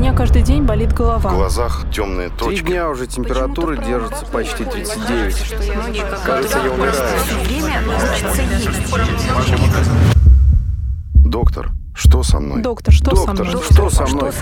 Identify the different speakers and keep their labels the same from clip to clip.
Speaker 1: меня каждый день болит голова.
Speaker 2: В глазах темные точки.
Speaker 3: 3 дня уже температура держится почти 39. Кажется, я умираю.
Speaker 2: Доктор, что со мной?
Speaker 1: Доктор, что со мной?
Speaker 3: Что со мной?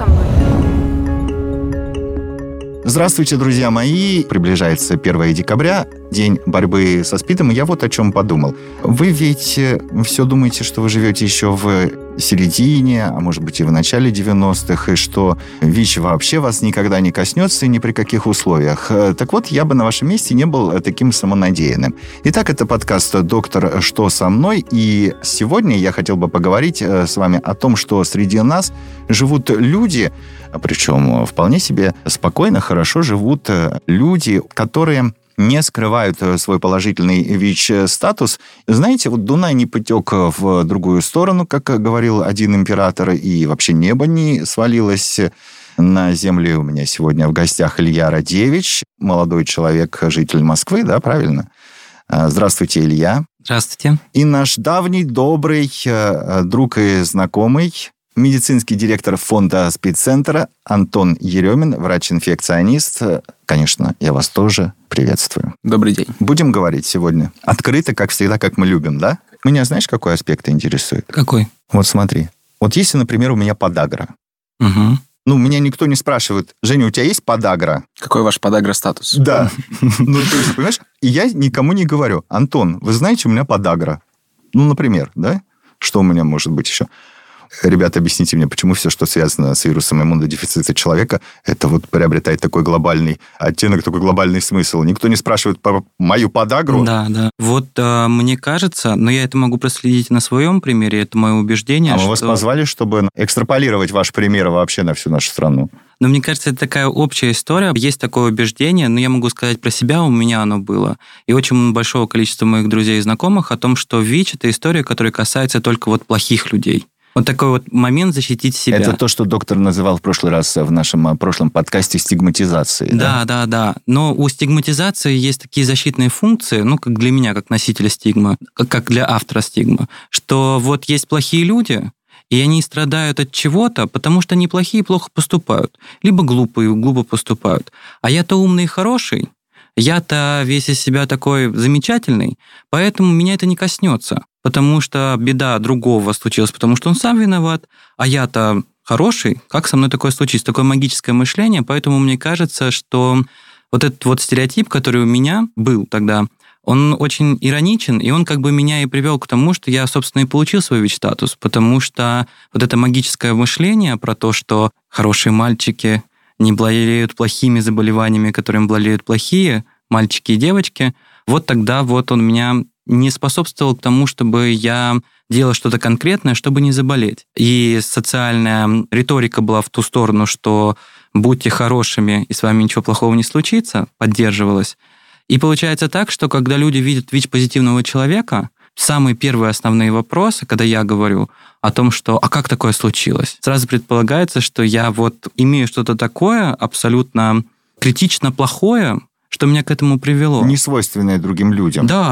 Speaker 4: Здравствуйте, друзья мои! Приближается 1 декабря, день борьбы со СПИДом, и я вот о чем подумал. Вы ведь все думаете, что вы живете еще в середине, а может быть и в начале 90-х, и что ВИЧ вообще вас никогда не коснется и ни при каких условиях. Так вот, я бы на вашем месте не был таким самонадеянным. Итак, это подкаст «Доктор, что со мной?», и сегодня я хотел бы поговорить с вами о том, что среди нас живут люди, причем вполне себе спокойно, хорошо живут люди, которые не скрывают свой положительный ВИЧ-статус. Знаете, вот Дунай не потек в другую сторону, как говорил один император, и вообще небо не свалилось на землю. У меня сегодня в гостях Илья Радевич, молодой человек, житель Москвы, да, правильно? Здравствуйте, Илья.
Speaker 5: Здравствуйте.
Speaker 4: И наш давний, добрый друг и знакомый, медицинский директор фонда СПИД-центра Антон Еремин, врач-инфекционист. Конечно, я вас тоже приветствую.
Speaker 5: Добрый день.
Speaker 4: Будем говорить сегодня открыто, как всегда, как мы любим, да? Меня знаешь, какой аспект интересует?
Speaker 5: Какой?
Speaker 4: Вот смотри. Вот если, например, у меня подагра.
Speaker 5: Угу.
Speaker 4: Меня никто не спрашивает: Женя, у тебя есть подагра?
Speaker 5: Какой ваш подагра-статус?
Speaker 4: Да. То есть, понимаешь, и я никому не говорю: Антон, вы знаете, у меня подагра. Например, да? Что у меня может быть еще? Ребята, объясните мне, почему все, что связано с вирусом иммунодефицита человека, это вот приобретает такой глобальный оттенок, такой глобальный смысл. Никто не спрашивает про мою подагру.
Speaker 5: Да. Вот мне кажется, но я это могу проследить на своем примере, это мое убеждение.
Speaker 4: Мы вас позвали, чтобы экстраполировать ваш пример вообще на всю нашу страну.
Speaker 5: Но мне кажется, это такая общая история. Есть такое убеждение, но я могу сказать про себя, у меня оно было. И очень большого количества моих друзей и знакомых о том, что ВИЧ – это история, которая касается только вот плохих людей. Вот такой вот момент защитить себя.
Speaker 4: Это то, что доктор называл в прошлый раз в нашем прошлом подкасте стигматизацией.
Speaker 5: Да. Но у стигматизации есть такие защитные функции, как для меня, как носителя стигмы, как для автора стигмы, что вот есть плохие люди, и они страдают от чего-то, потому что они плохие и плохо поступают. Либо глупые, глупо поступают. А я-то умный и хороший, я-то весь из себя такой замечательный, поэтому меня это не коснется. Потому что беда другого случилась, потому что он сам виноват, а я-то хороший, как со мной такое случится? Такое магическое мышление, поэтому мне кажется, что вот этот вот стереотип, который у меня был тогда, он очень ироничен, и он как бы меня и привел к тому, что я, собственно, и получил свой ВИЧ-статус, потому что вот это магическое мышление про то, что хорошие мальчики не болеют плохими заболеваниями, которыми болеют плохие мальчики и девочки, вот тогда вот он меня не способствовал к тому, чтобы я делал что-то конкретное, чтобы не заболеть. И социальная риторика была в ту сторону, что будьте хорошими, и с вами ничего плохого не случится, поддерживалась. И получается так, что когда люди видят ВИЧ-позитивного человека, самые первые основные вопросы, когда я говорю о том, что «а как такое случилось?», сразу предполагается, что я вот имею что-то такое абсолютно критично плохое, что меня к этому привело.
Speaker 4: Несвойственное другим людям.
Speaker 5: Да.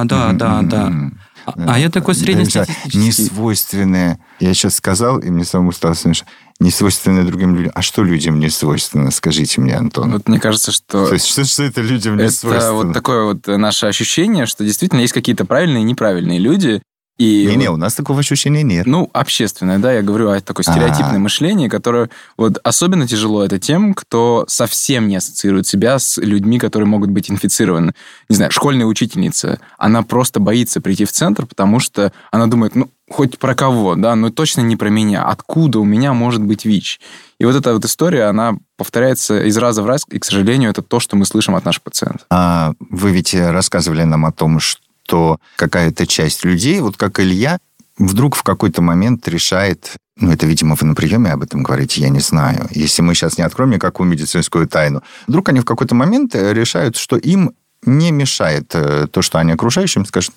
Speaker 5: А я такой среднестатистический.
Speaker 4: Несвойственное. Я сейчас сказал, и мне самому стало смешно. Несвойственное другим людям. А что людям не свойственно? Скажите мне, Антон.
Speaker 6: Вот мне кажется, что...
Speaker 4: То есть, что это людям не свойственно?
Speaker 6: Это вот такое вот наше ощущение, что действительно есть какие-то правильные и неправильные люди. И
Speaker 4: Не, у нас такого ощущения нет.
Speaker 6: Общественное, да, я говорю о такое стереотипное мышлении, которое вот особенно тяжело это тем, кто совсем не ассоциирует себя с людьми, которые могут быть инфицированы. Не знаю, школьная учительница, она просто боится прийти в центр, потому что она думает, хоть про кого, да, но точно не про меня. Откуда у меня может быть ВИЧ? И вот эта вот история, она повторяется из раза в раз, и, к сожалению, это то, что мы слышим от наших пациентов.
Speaker 4: Вы ведь рассказывали нам о том, что какая-то часть людей, вот как Илья, вдруг в какой-то момент решает, это, видимо, вы на приеме об этом говорите, я не знаю, если мы сейчас не откроем никакую медицинскую тайну, вдруг они в какой-то момент решают, что им не мешает то, что они окружающим скажут,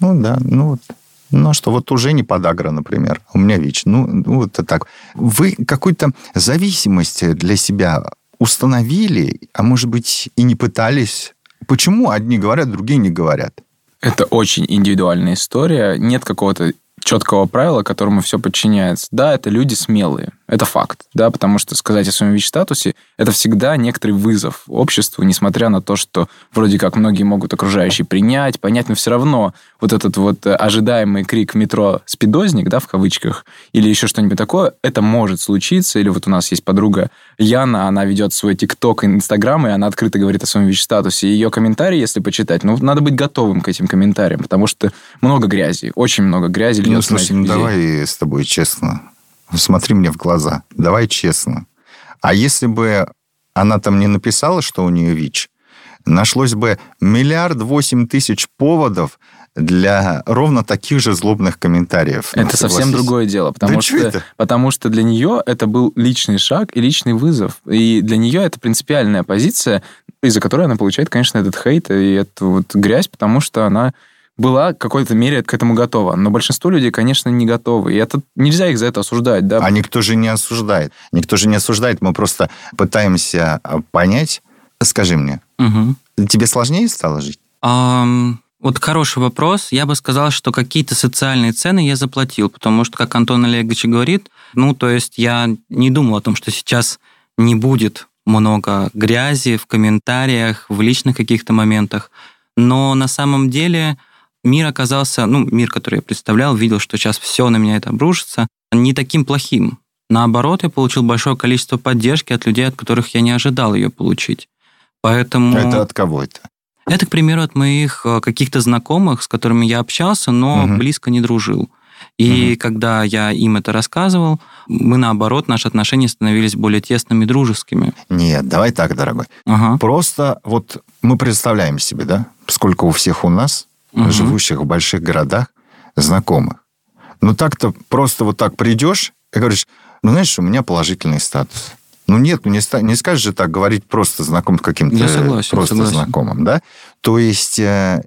Speaker 4: что вот уже не подагра, например, у меня ВИЧ, вот так. Вы какую-то зависимость для себя установили, а может быть и не пытались? Почему одни говорят, другие не говорят?
Speaker 6: Это очень индивидуальная история. Нет какого-то четкого правила, которому все подчиняется. Да, это люди смелые. Это факт, да, потому что сказать о своем ВИЧ-статусе – это всегда некоторый вызов обществу, несмотря на то, что вроде как многие могут окружающие принять, понять, но все равно вот этот вот ожидаемый крик в метро «спидозник», да, в кавычках, или еще что-нибудь такое, это может случиться. Или вот у нас есть подруга Яна, она ведет свой ТикТок, Инстаграм, и она открыто говорит о своем ВИЧ-статусе. И ее комментарии, если почитать, ну, надо быть готовым к этим комментариям, потому что много грязи, очень много грязи льется на этих людей.
Speaker 4: Давай с тобой честно. Смотри мне в глаза. Давай честно. А если бы она там не написала, что у нее ВИЧ, нашлось бы 1 800 000 поводов для ровно таких же злобных комментариев.
Speaker 6: Это совсем другое дело, потому что для нее это был личный шаг и личный вызов. И для нее это принципиальная позиция, из-за которой она получает, конечно, этот хейт и эту вот грязь, потому что она была в какой-то мере к этому готова. Но большинство людей, конечно, не готовы. И это нельзя их за это осуждать. Да?
Speaker 4: А никто же не осуждает. Никто же не осуждает. Мы просто пытаемся понять. Скажи мне, тебе сложнее стало жить?
Speaker 5: Вот хороший вопрос. Я бы сказал, что какие-то социальные цены я заплатил, потому что, как Антон Олегович говорит, то есть я не думал о том, что сейчас не будет много грязи в комментариях, в личных каких-то моментах. Но на самом деле мир оказался, мир, который я представлял, видел, что сейчас все на меня это обрушится, не таким плохим. Наоборот, я получил большое количество поддержки от людей, от которых я не ожидал ее получить. Поэтому...
Speaker 4: Это от кого это?
Speaker 5: Это, к примеру, от моих каких-то знакомых, с которыми я общался, но близко не дружил. И когда я им это рассказывал, мы, наоборот, наши отношения становились более тесными, дружескими.
Speaker 4: Нет, давай так, дорогой. Просто вот мы представляем себе, да, сколько у всех у нас, живущих в больших городах, знакомых. Так-то просто вот так придешь и говоришь, знаешь, у меня положительный статус. Нет, не скажешь же так говорить просто знакомым каким-то...
Speaker 5: Я согласен.
Speaker 4: Знакомым, да? То есть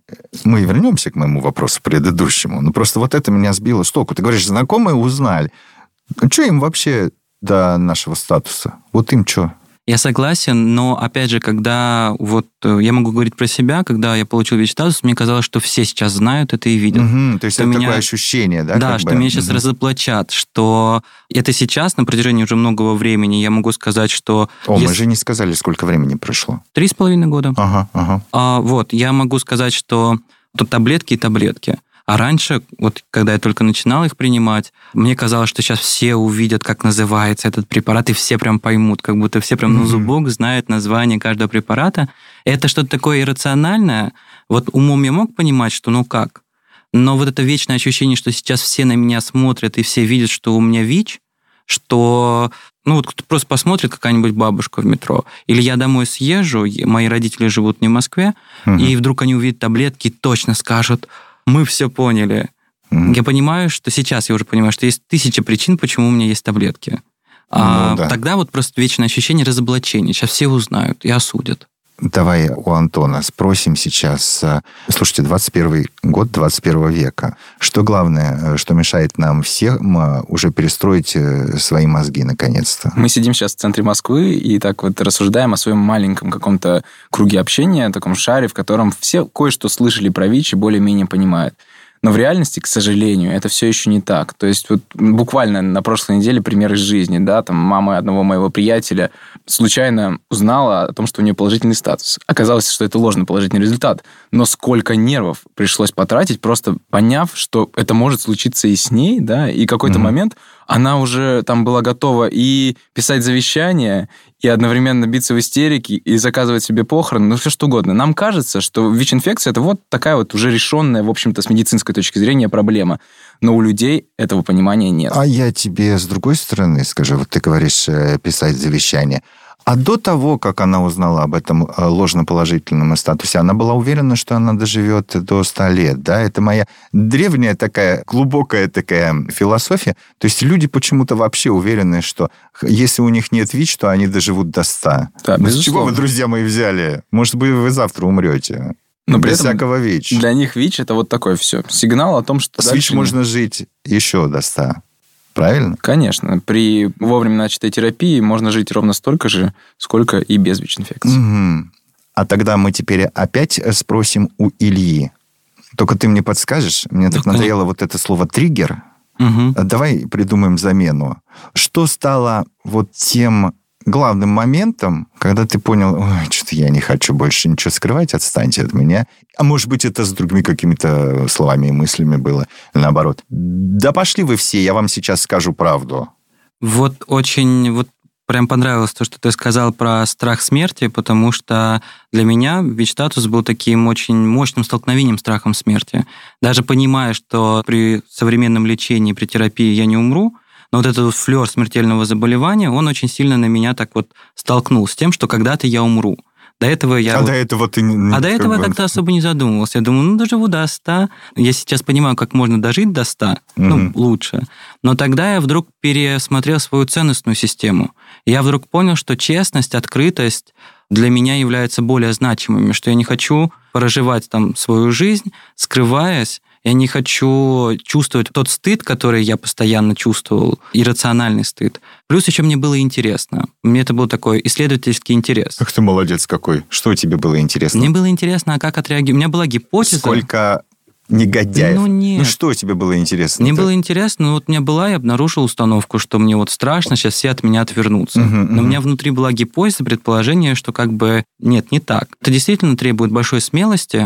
Speaker 4: мы вернемся к моему вопросу предыдущему. Просто вот это меня сбило с толку. Ты говоришь, знакомые узнали. Что им вообще до нашего статуса? Вот им что?
Speaker 5: Я согласен, но, опять же, когда я могу говорить про себя, когда я получил ВИЧ-статус, мне казалось, что все сейчас знают это и видят.
Speaker 4: То есть это такое ощущение, да?
Speaker 5: Да, что меня сейчас разоблачат, что это сейчас, на протяжении уже многого времени, я могу сказать, что...
Speaker 4: Мы же не сказали, сколько времени прошло.
Speaker 5: 3,5 года.
Speaker 4: Ага.
Speaker 5: Я могу сказать, что тут таблетки и таблетки. А раньше, когда я только начинал их принимать, мне казалось, что сейчас все увидят, как называется этот препарат, и все прям поймут, как будто все прям на зубок знают название каждого препарата. Это что-то такое иррациональное. Умом я мог понимать, что как. Но вот это вечное ощущение, что сейчас все на меня смотрят, и все видят, что у меня ВИЧ, что... кто просто посмотрит какая-нибудь бабушка в метро. Или я домой съезжу, мои родители живут не в Москве, и вдруг они увидят таблетки и точно скажут... Мы все поняли. Я понимаю, что сейчас я уже понимаю, что есть 1000 причин, почему у меня есть таблетки. Тогда просто вечное ощущение разоблачения. Сейчас все узнают и осудят.
Speaker 4: Давай у Антона спросим сейчас. Слушайте, 21 год 21 века. Что главное, что мешает нам всем уже перестроить свои мозги наконец-то?
Speaker 6: Мы сидим сейчас в центре Москвы и так рассуждаем о своем маленьком каком-то круге общения, таком шаре, в котором все кое-что слышали про ВИЧ и более-менее понимают. Но в реальности, к сожалению, это все еще не так. То есть буквально на прошлой неделе пример из жизни. Да, мама одного моего приятеля случайно узнала о том, что у нее положительный статус. Оказалось, что это ложный положительный результат. Но сколько нервов пришлось потратить, просто поняв, что это может случиться и с ней, да, и какой-то момент она уже была готова и писать завещание, и одновременно биться в истерике, и заказывать себе похороны, все что угодно. Нам кажется, что ВИЧ-инфекция – это такая уже решенная, в общем-то, с медицинской точки зрения проблема. Но у людей этого понимания нет.
Speaker 4: А я тебе с другой стороны скажу, ты говоришь писать завещание. А до того, как она узнала об этом ложноположительном статусе, она была уверена, что она доживет до 100 лет. Да? Это моя древняя такая, глубокая такая философия. То есть люди почему-то вообще уверены, что если у них нет ВИЧ, то они доживут до 100.
Speaker 6: Да,
Speaker 4: с чего вы, друзья мои, взяли? Может быть, вы завтра умрете.
Speaker 6: Но
Speaker 4: без всякого ВИЧ.
Speaker 6: Для них ВИЧ – это такое все. Сигнал о том, что...
Speaker 4: С ВИЧ можно жить еще до 100. Правильно?
Speaker 6: Конечно. При вовремя начатой терапии можно жить ровно столько же, сколько и без ВИЧ-инфекции.
Speaker 4: А тогда мы теперь опять спросим у Ильи. Только ты мне подскажешь, мне так надоело это слово «триггер». Давай придумаем замену. Что стало вот тем главным моментом, когда ты понял, ой, что-то я не хочу больше ничего скрывать, отстаньте от меня. А может быть, это с другими какими-то словами и мыслями было. Наоборот. Да пошли вы все, я вам сейчас скажу правду.
Speaker 5: Вот очень... Прям понравилось то, что ты сказал про страх смерти, потому что для меня ВИЧ-статус был таким очень мощным столкновением с страхом смерти. Даже понимая, что при современном лечении, при терапии я не умру, но вот этот флёр смертельного заболевания, он очень сильно на меня так вот столкнул с тем, что когда-то я умру. До этого я...
Speaker 4: до этого ты...
Speaker 5: до этого я как-то особо не задумывался. Я думаю, доживу до 100. Я сейчас понимаю, как можно дожить до 100, лучше. Но тогда я вдруг пересмотрел свою ценностную систему. Я вдруг понял, что честность, открытость для меня являются более значимыми, что я не хочу проживать там свою жизнь, скрываясь. Я не хочу чувствовать тот стыд, который я постоянно чувствовал, иррациональный стыд. Плюс еще мне было интересно. Мне это был такой исследовательский интерес.
Speaker 4: Ах ты молодец какой. Что тебе было интересно?
Speaker 5: Мне было интересно, а как отреагировать. У меня была гипотеза.
Speaker 4: Сколько негодяев.
Speaker 5: Нет.
Speaker 4: Ну что тебе было интересно?
Speaker 5: Мне было интересно, вот у меня была, я обнаружил установку, что мне вот страшно, сейчас все от меня отвернутся. Но у меня внутри была гипотеза, предположение, что как бы нет, не так. Это действительно требует большой смелости,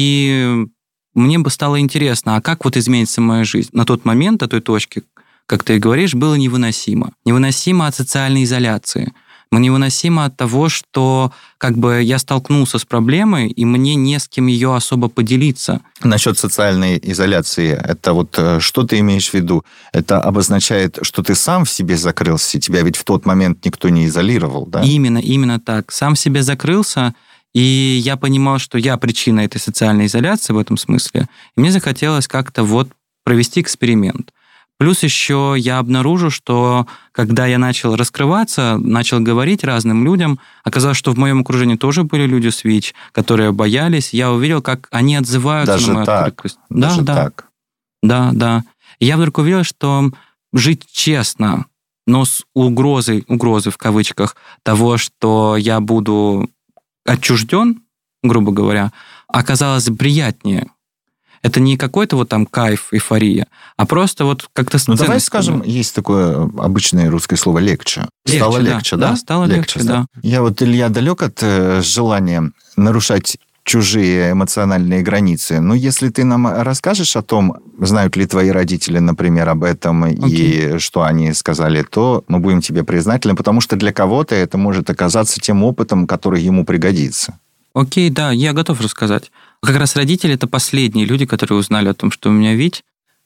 Speaker 5: и мне бы стало интересно, а как вот изменится моя жизнь? На тот момент, до той точки, как ты и говоришь, было невыносимо. Невыносимо от социальной изоляции. Невыносимо от того, что как бы я столкнулся с проблемой, и мне не с кем ее особо поделиться.
Speaker 4: Насчет социальной изоляции, это вот что ты имеешь в виду? Это обозначает, что ты сам в себе закрылся, тебя ведь в тот момент никто не изолировал, да?
Speaker 5: Именно так. Сам в себе закрылся, и я понимал, что я причина этой социальной изоляции в этом смысле. И мне захотелось как-то вот провести эксперимент. Плюс еще я обнаружил, что когда я начал раскрываться, начал говорить разным людям, оказалось, что в моем окружении тоже были люди с ВИЧ, которые боялись. Я увидел, как они отзываются
Speaker 4: даже
Speaker 5: на мою открытость.
Speaker 4: Даже так.
Speaker 5: Да. И я вдруг увидел, что жить честно, но с угрозой в кавычках, того, что я буду отчужден, грубо говоря, оказалось приятнее. Это не какой-то вот там кайф, эйфория, а просто вот как-то...
Speaker 4: Ну, давай скажем, есть такое обычное русское слово «легче». Стало легче, да?
Speaker 5: Да, стало легче, да.
Speaker 4: Я вот, Илья, далек от желания нарушать чужие эмоциональные границы. Но если ты нам расскажешь о том, знают ли твои родители, например, об этом, и что они сказали, то мы будем тебе признательны, потому что для кого-то это может оказаться тем опытом, который ему пригодится.
Speaker 5: Окей, да, я готов рассказать. Как раз родители – это последние люди, которые узнали о том, что у меня ВИЧ.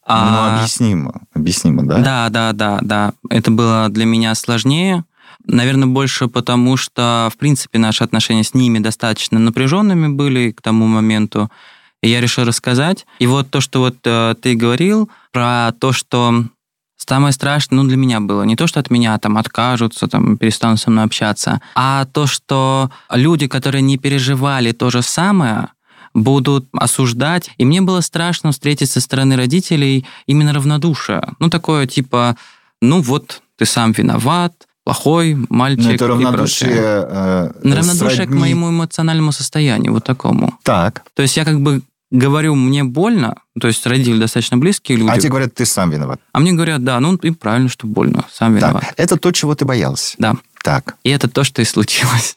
Speaker 4: Объяснимо, да?
Speaker 5: Да. Это было для меня сложнее. Наверное, больше потому, что, в принципе, наши отношения с ними достаточно напряженными были к тому моменту. И я решил рассказать. И вот то, что вот ты говорил про то, что самое страшное, для меня было не то, что от меня там откажутся, там перестанут со мной общаться, а то, что люди, которые не переживали то же самое, будут осуждать. И мне было страшно встретить со стороны родителей именно равнодушие. Такое типа, вот ты сам виноват, плохой мальчик.
Speaker 4: Это равнодушие...
Speaker 5: равнодушие к моему эмоциональному состоянию, вот такому.
Speaker 4: Так.
Speaker 5: То есть я как бы говорю, мне больно, то есть родители достаточно близкие люди.
Speaker 4: А тебе говорят, ты сам виноват.
Speaker 5: А мне говорят, да, и правильно, что больно, сам виноват.
Speaker 4: Так, это то, чего ты боялся.
Speaker 5: Да.
Speaker 4: Так.
Speaker 5: И это то, что и случилось.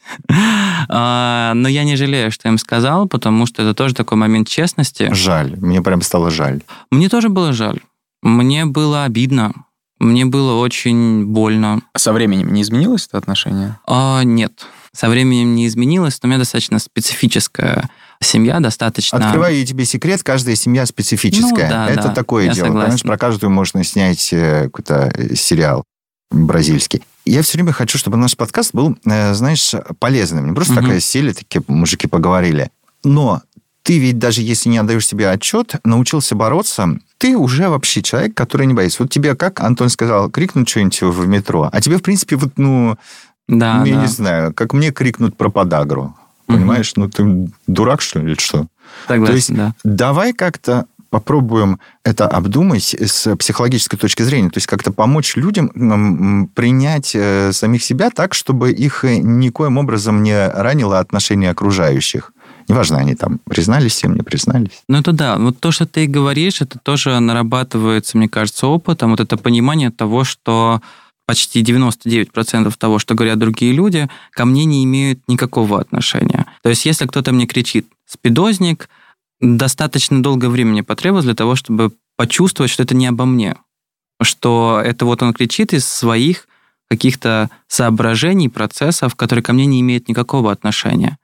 Speaker 5: Но я не жалею, что я им сказал, потому что это тоже такой момент честности.
Speaker 4: Жаль. Мне прям стало жаль.
Speaker 5: Мне тоже было жаль. Мне было обидно. Мне было очень больно.
Speaker 6: А со временем не изменилось это отношение?
Speaker 5: Нет. Со временем не изменилось, но у меня достаточно специфическая семья, достаточно...
Speaker 4: Открываю я тебе секрет, каждая семья специфическая. Это такое дело. Понимаешь, про каждую можно снять какой-то сериал бразильский. Я все время хочу, чтобы наш подкаст был, знаешь, полезным. Не просто такая сели, такие мужики поговорили. Но ты ведь даже если не отдаешь себе отчет, научился бороться, ты уже вообще человек, который не боится. Вот тебе, как Антон сказал, крикнуть что-нибудь в метро, а тебе, в принципе, я не знаю, как мне крикнут про подагру. Понимаешь? Ты дурак, что ли, или что?
Speaker 5: Согласен,
Speaker 4: то есть давай как-то попробуем это обдумать с психологической точки зрения, то есть как-то помочь людям принять самих себя так, чтобы их никоим образом не ранило отношение окружающих. Неважно, они там признались всем, не признались.
Speaker 5: Ну, это да. Вот то, что ты говоришь, это тоже нарабатывается, мне кажется, опытом. Вот это понимание того, что почти 99% того, что говорят другие люди, ко мне не имеют никакого отношения. То есть, если кто-то мне кричит «спидозник», достаточно долгое времени потребовалось для того, чтобы почувствовать, что это не обо мне. Что это вот он кричит из своих каких-то соображений, процессов, которые ко мне не имеют никакого отношения.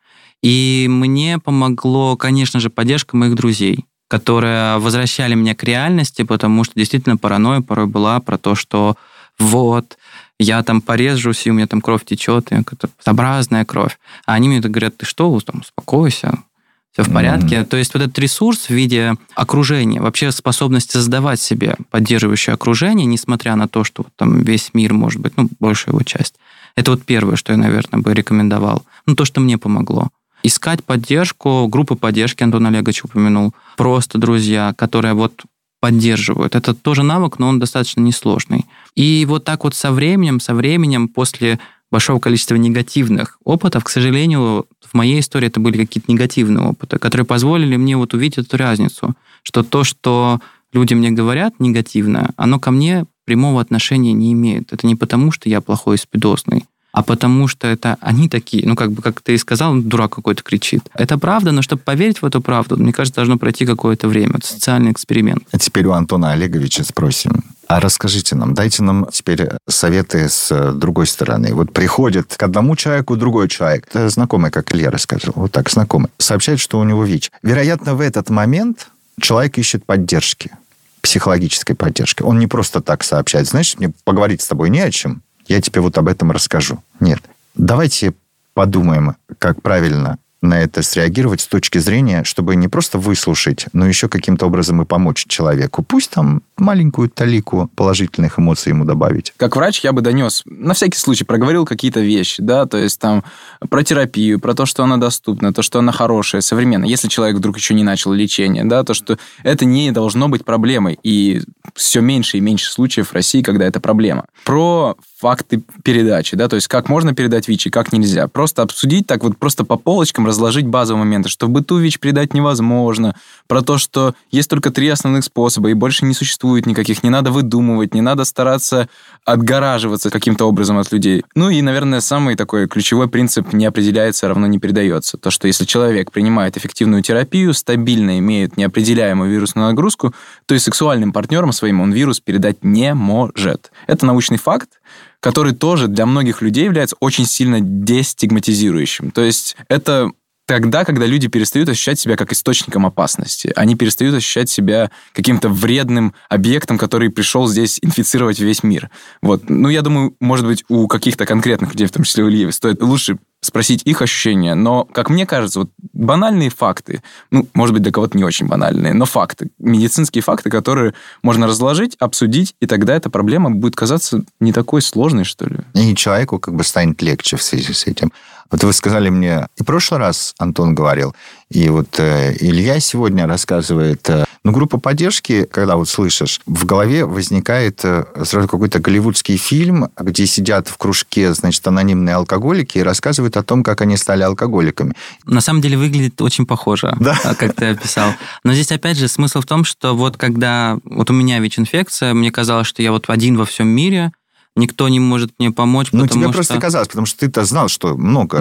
Speaker 5: И мне помогло, конечно же, поддержка моих друзей, которые возвращали меня к реальности, потому что действительно паранойя порой была про то, что вот, я там порежусь, и у меня там кровь течет, и это безобразная кровь. А они мне говорят, ты что, там, успокойся, все в порядке. То есть вот этот ресурс в виде окружения, вообще способность создавать себе поддерживающее окружение, несмотря на то, что там весь мир, может быть, большая его часть. Это вот первое, что я, наверное, бы рекомендовал. То, что мне помогло. Искать поддержку, группы поддержки, Антон Олегович упомянул, просто друзья, которые вот поддерживают. Это тоже навык, но он достаточно несложный. И вот так вот со временем, после большого количества негативных опытов, к сожалению, в моей истории это были какие-то негативные опыты, которые позволили мне вот увидеть эту разницу, что то, что люди мне говорят негативное, оно ко мне прямого отношения не имеет. Это не потому, что я плохой и спидозный, а потому что это они такие, как ты и сказал, дурак какой-то кричит. Это правда, но чтобы поверить в эту правду, мне кажется, должно пройти какое-то время. Это социальный эксперимент.
Speaker 4: А теперь у Антона Олеговича спросим. А расскажите нам, дайте нам теперь советы с другой стороны. Вот приходит к одному человеку другой человек, это знакомый, как Илья рассказывал, вот так, знакомый, сообщает, что у него ВИЧ. Вероятно, в этот момент человек ищет поддержки, психологической поддержки. Он не просто так сообщает. Знаешь, мне поговорить с тобой не о чем, я тебе вот об этом расскажу. Нет. Давайте подумаем, как правильно на это среагировать с точки зрения, чтобы не просто выслушать, но еще каким-то образом и помочь человеку. Пусть там маленькую талику положительных эмоций ему добавить.
Speaker 6: Как врач я бы донес, на всякий случай проговорил какие-то вещи, да, то есть там про терапию, про то, что она доступна, то, что она хорошая, современная. Если человек вдруг еще не начал лечение, да, то, что это не должно быть проблемой. И все меньше и меньше случаев в России, когда это проблема. Про факты передачи, да, то есть как можно передать ВИЧ и как нельзя. Просто обсудить так вот, просто по полочкам разложить базовые моменты, что в быту ВИЧ передать невозможно, про то, что есть только 3 основных способа, и больше не существует никаких, не надо выдумывать, не надо стараться отгораживаться каким-то образом от людей. Ну и, наверное, самый такой ключевой принцип «не определяется, равно не передается». То, что если человек принимает эффективную терапию, стабильно имеет неопределяемую вирусную нагрузку, то и сексуальным партнерам своим он вирус передать не может. Это научный факт, который тоже для многих людей является очень сильно дестигматизирующим. То есть это тогда, когда люди перестают ощущать себя как источником опасности. Они перестают ощущать себя каким-то вредным объектом, который пришел здесь инфицировать весь мир. Вот. Ну, я думаю, может быть, у каких-то конкретных людей, в том числе у Ильи, стоит лучше спросить их ощущения. Но, как мне кажется, вот банальные факты, может быть, для кого-то не очень банальные, но факты, медицинские факты, которые можно разложить, обсудить, и тогда эта проблема будет казаться не такой сложной, что ли.
Speaker 4: И человеку станет легче в связи с этим. Вот вы сказали мне, и в прошлый раз Антон говорил, и вот Илья сегодня рассказывает, группа поддержки, когда вот слышишь, в голове возникает сразу какой-то голливудский фильм, где сидят в кружке, анонимные алкоголики и рассказывают о том, как они стали алкоголиками.
Speaker 5: На самом деле выглядит очень похоже, да? Как ты описал. Но здесь, опять же, смысл в том, что вот когда вот у меня ВИЧ-инфекция, мне казалось, что я вот один во всем мире, никто не может мне помочь, потому
Speaker 4: тебе просто казалось, потому что ты-то знал, что много...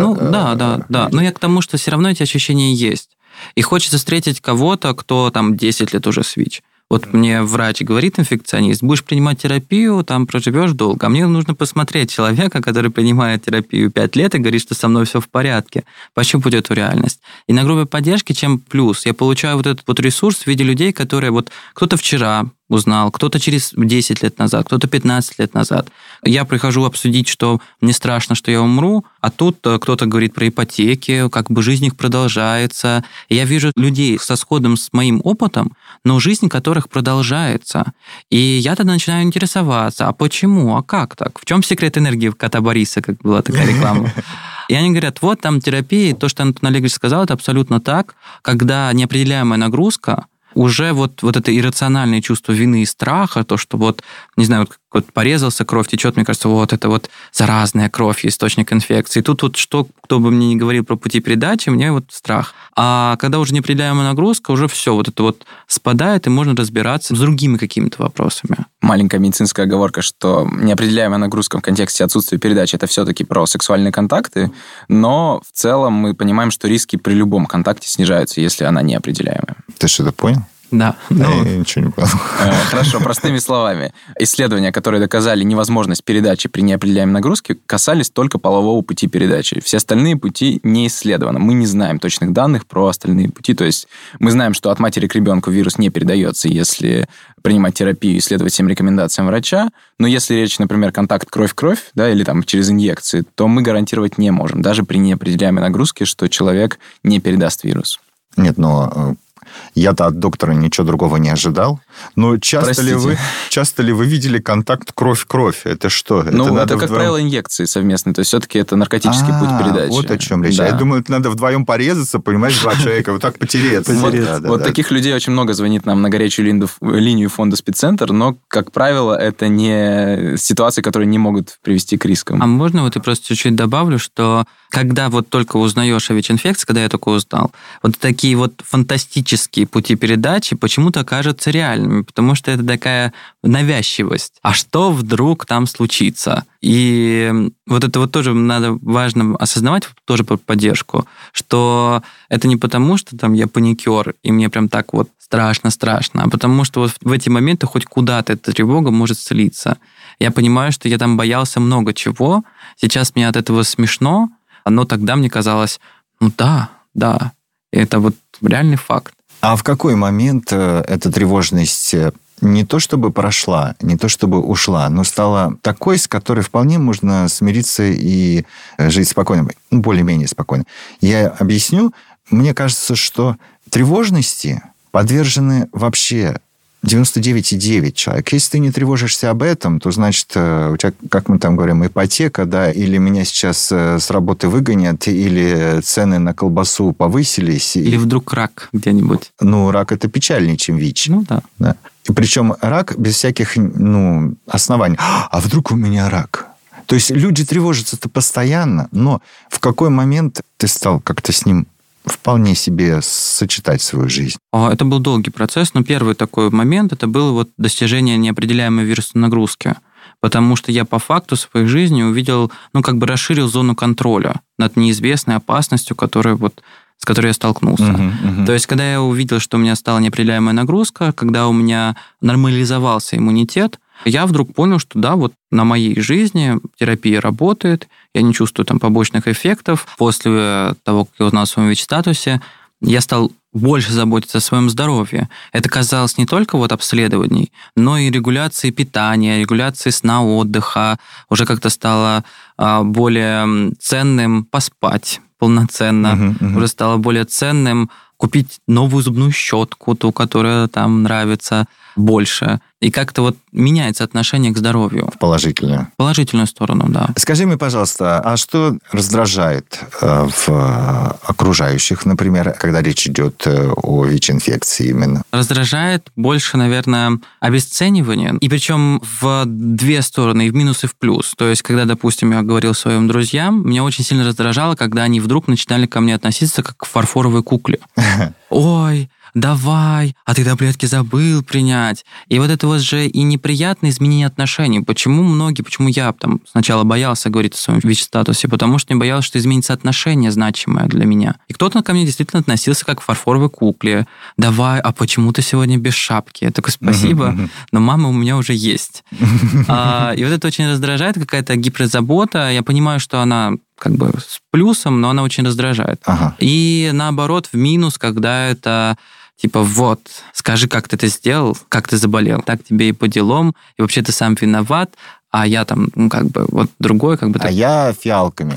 Speaker 5: Да. Но я к тому, что все равно эти ощущения есть. И хочется встретить кого-то, кто там 10 лет уже с ВИЧ. Вот мне врач говорит, инфекционист, будешь принимать терапию, там проживешь долго. А мне нужно посмотреть человека, который принимает терапию 5 лет и говорит, что со мной все в порядке. Пощупать эту реальность. И на группе поддержки чем плюс? Я получаю вот этот вот ресурс в виде людей, которые вот кто-то вчера узнал, кто-то через 10 лет назад, кто-то 15 лет назад. Я прихожу обсудить, что мне страшно, что я умру, а тут кто-то говорит про ипотеки, как бы жизнь их продолжается. И я вижу людей со сходом с моим опытом, но жизнь которых продолжается. И я тогда начинаю интересоваться, а почему, а как так? В чем секрет энергии кота Бориса, как была такая реклама? И они говорят, вот там терапия, то, что Антон Олегович сказал, это абсолютно так, когда неопределяемая нагрузка, уже вот это иррациональное чувство вины и страха, то, что вот, не знаю, Вот порезался, кровь течет, мне кажется, вот это вот заразная кровь, источник инфекции. Тут вот что, кто бы мне ни говорил про пути передачи, мне вот страх. А когда уже неопределяемая нагрузка, уже все вот это вот спадает, и можно разбираться с другими какими-то вопросами.
Speaker 6: Маленькая медицинская оговорка, что неопределяемая нагрузка в контексте отсутствия передачи – это все-таки про сексуальные контакты, но в целом мы понимаем, что риски при любом контакте снижаются, если она неопределяемая.
Speaker 4: Ты что-то понял?
Speaker 5: Да.
Speaker 4: Я ничего не понял.
Speaker 6: Хорошо, простыми словами. Исследования, которые доказали невозможность передачи при неопределяемой нагрузке, касались только полового пути передачи. Все остальные пути не исследованы. Мы не знаем точных данных про остальные пути. То есть мы знаем, что от матери к ребенку вирус не передается, если принимать терапию и следовать всем рекомендациям врача. Но если речь, например, контакт кровь-кровь, да, или там через инъекции, то мы гарантировать не можем, даже при неопределяемой нагрузке, что человек не передаст вирус.
Speaker 4: Нет, но... Я-то от доктора ничего другого не ожидал. Но часто ли вы видели контакт кровь-кровь? Это что?
Speaker 6: Это как правило, инъекции совместные. То есть все-таки это наркотический путь передачи.
Speaker 4: Вот о чем речь. Да. Я думаю, это надо вдвоем порезаться, понимаешь, два человека, вот так потереться.
Speaker 6: Вот таких людей очень много звонит нам на горячую линию фонда «Спеццентр», но, как правило, это не ситуации, которые не могут привести к рискам.
Speaker 5: А можно вот я просто чуть-чуть добавлю, что когда вот только узнаешь о ВИЧ-инфекции, когда я только узнал, вот такие вот фантастические пути передачи почему-то кажутся реальными, потому что это такая навязчивость. А что вдруг там случится? И вот это вот тоже важно осознавать, тоже под поддержку, что это не потому, что там я паникер, и мне прям так вот страшно, а потому что вот в эти моменты хоть куда-то эта тревога может слиться. Я понимаю, что я там боялся много чего, сейчас мне от этого смешно, но тогда мне казалось, да, это вот реальный факт.
Speaker 4: А в какой момент эта тревожность не то чтобы прошла, не то чтобы ушла, но стала такой, с которой вполне можно смириться и жить спокойно, более-менее спокойно? Я объясню. Мне кажется, что тревожности подвержены вообще 99,9 человек. Если ты не тревожишься об этом, то, значит, у тебя, как мы там говорим, ипотека, да, или меня сейчас с работы выгонят, или цены на колбасу повысились.
Speaker 5: Или вдруг рак где-нибудь.
Speaker 4: Рак это печальнее, чем ВИЧ.
Speaker 5: Да.
Speaker 4: И причем рак без всяких, оснований. А вдруг у меня рак? То есть люди тревожатся-то постоянно, но в какой момент ты стал как-то с ним вполне себе сочетать свою жизнь?
Speaker 5: Это был долгий процесс, но первый такой момент, это было вот достижение неопределяемой вирусной нагрузки. Потому что я по факту своей жизни увидел, расширил зону контроля над неизвестной опасностью, с которой я столкнулся. То есть, когда я увидел, что у меня стала неопределяемая нагрузка, когда у меня нормализовался иммунитет, я вдруг понял, что да, вот на моей жизни терапия работает, я не чувствую там побочных эффектов. После того, как я узнал о своем ВИЧ-статусе, я стал больше заботиться о своем здоровье. Это казалось не только обследований, но и регуляции питания, регуляции сна, отдыха. Уже как-то стало более ценным поспать полноценно. Уже стало более ценным купить новую зубную щетку, ту, которая там нравится больше. И как-то меняется отношение к здоровью.
Speaker 4: В положительную.
Speaker 5: В положительную сторону, да.
Speaker 4: Скажи мне, пожалуйста, а что раздражает в окружающих, например, когда речь идет о ВИЧ-инфекции именно?
Speaker 5: Раздражает больше, наверное, обесценивание. И причем в две стороны, и в минус, и в плюс. То есть, когда, допустим, я говорил своим друзьям, меня очень сильно раздражало, когда они вдруг начинали ко мне относиться как к фарфоровой кукле. Ой, давай, а ты таблетки забыл принять. И вот это же и неприятное изменение отношений. Почему я там сначала боялся говорить о своем ВИЧ-статусе? Потому что не боялся, что изменится отношение значимое для меня. И кто-то ко мне действительно относился как к фарфоровой кукле. Давай, а почему ты сегодня без шапки? Я такой, спасибо, но мама у меня уже есть. И вот это очень раздражает, какая-то гиперзабота. Я понимаю, что она с плюсом, но она очень раздражает. И наоборот, в минус, когда это скажи, как ты это сделал, как ты заболел, так тебе и по делам, и вообще ты сам виноват, а я там, другой,
Speaker 4: А я фиалками.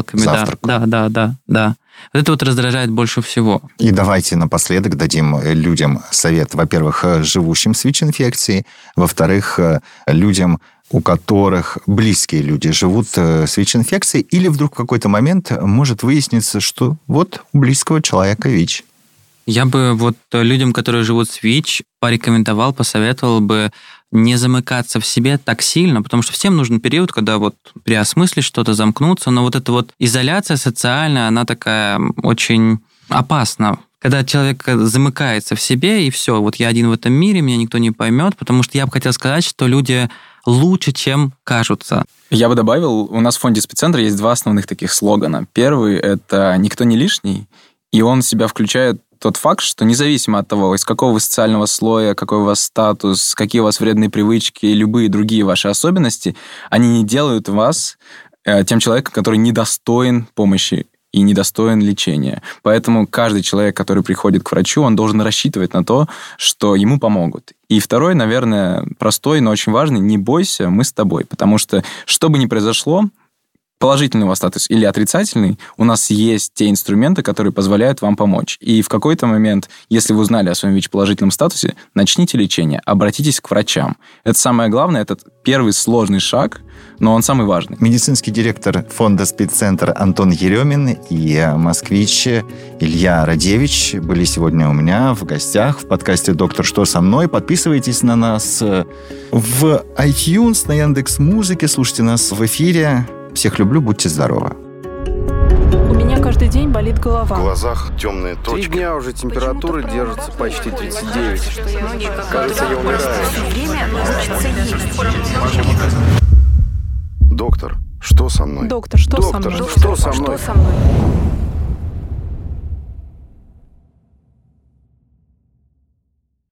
Speaker 5: Да. Вот это раздражает больше всего.
Speaker 4: И давайте напоследок дадим людям совет. Во-первых, живущим с ВИЧ-инфекцией. Во-вторых, людям, у которых близкие люди живут с ВИЧ-инфекцией, или вдруг в какой-то момент может выясниться, что у близкого человека ВИЧ.
Speaker 5: Я бы людям, которые живут с ВИЧ, порекомендовал, посоветовал бы не замыкаться в себе так сильно, потому что всем нужен период, когда вот переосмыслить что-то, замкнуться, но вот эта вот изоляция социальная, она такая очень опасна. Когда человек замыкается в себе, и все, вот я один в этом мире, меня никто не поймет, потому что я бы хотел сказать, что люди лучше, чем кажутся.
Speaker 6: Я бы добавил, у нас в фонде спеццентра есть 2 основных таких слогана. Первый — это «никто не лишний», и он в себя включает тот факт, что независимо от того, из какого вы социального слоя, какой у вас статус, какие у вас вредные привычки и любые другие ваши особенности, они не делают вас тем человеком, который недостоин помощи и недостоин лечения. Поэтому каждый человек, который приходит к врачу, он должен рассчитывать на то, что ему помогут. И второй, наверное, простой, но очень важный: не бойся, мы с тобой. Потому что, что бы ни произошло, положительный у вас статус или отрицательный, у нас есть те инструменты, которые позволяют вам помочь. И в какой-то момент, если вы узнали о своем ВИЧ-положительном статусе, начните лечение, обратитесь к врачам. Это самое главное, это первый сложный шаг, но он самый важный.
Speaker 4: Медицинский директор фонда «Спеццентр» Антон Еремин и москвич Илья Радевич были сегодня у меня в гостях в подкасте «Доктор, что со мной?». Подписывайтесь на нас в iTunes, на Яндекс.Музыке, слушайте нас в эфире. Всех люблю, будьте здоровы.
Speaker 1: У меня каждый день болит
Speaker 2: В
Speaker 1: голова.
Speaker 2: глазах темные
Speaker 3: 3
Speaker 2: точки.
Speaker 3: дня уже температура держится почти 39. Кажется, я умираю.
Speaker 2: Доктор, что со мной?
Speaker 1: Доктор, что со мной?
Speaker 2: Доктор, что со мной?
Speaker 1: Что со мной?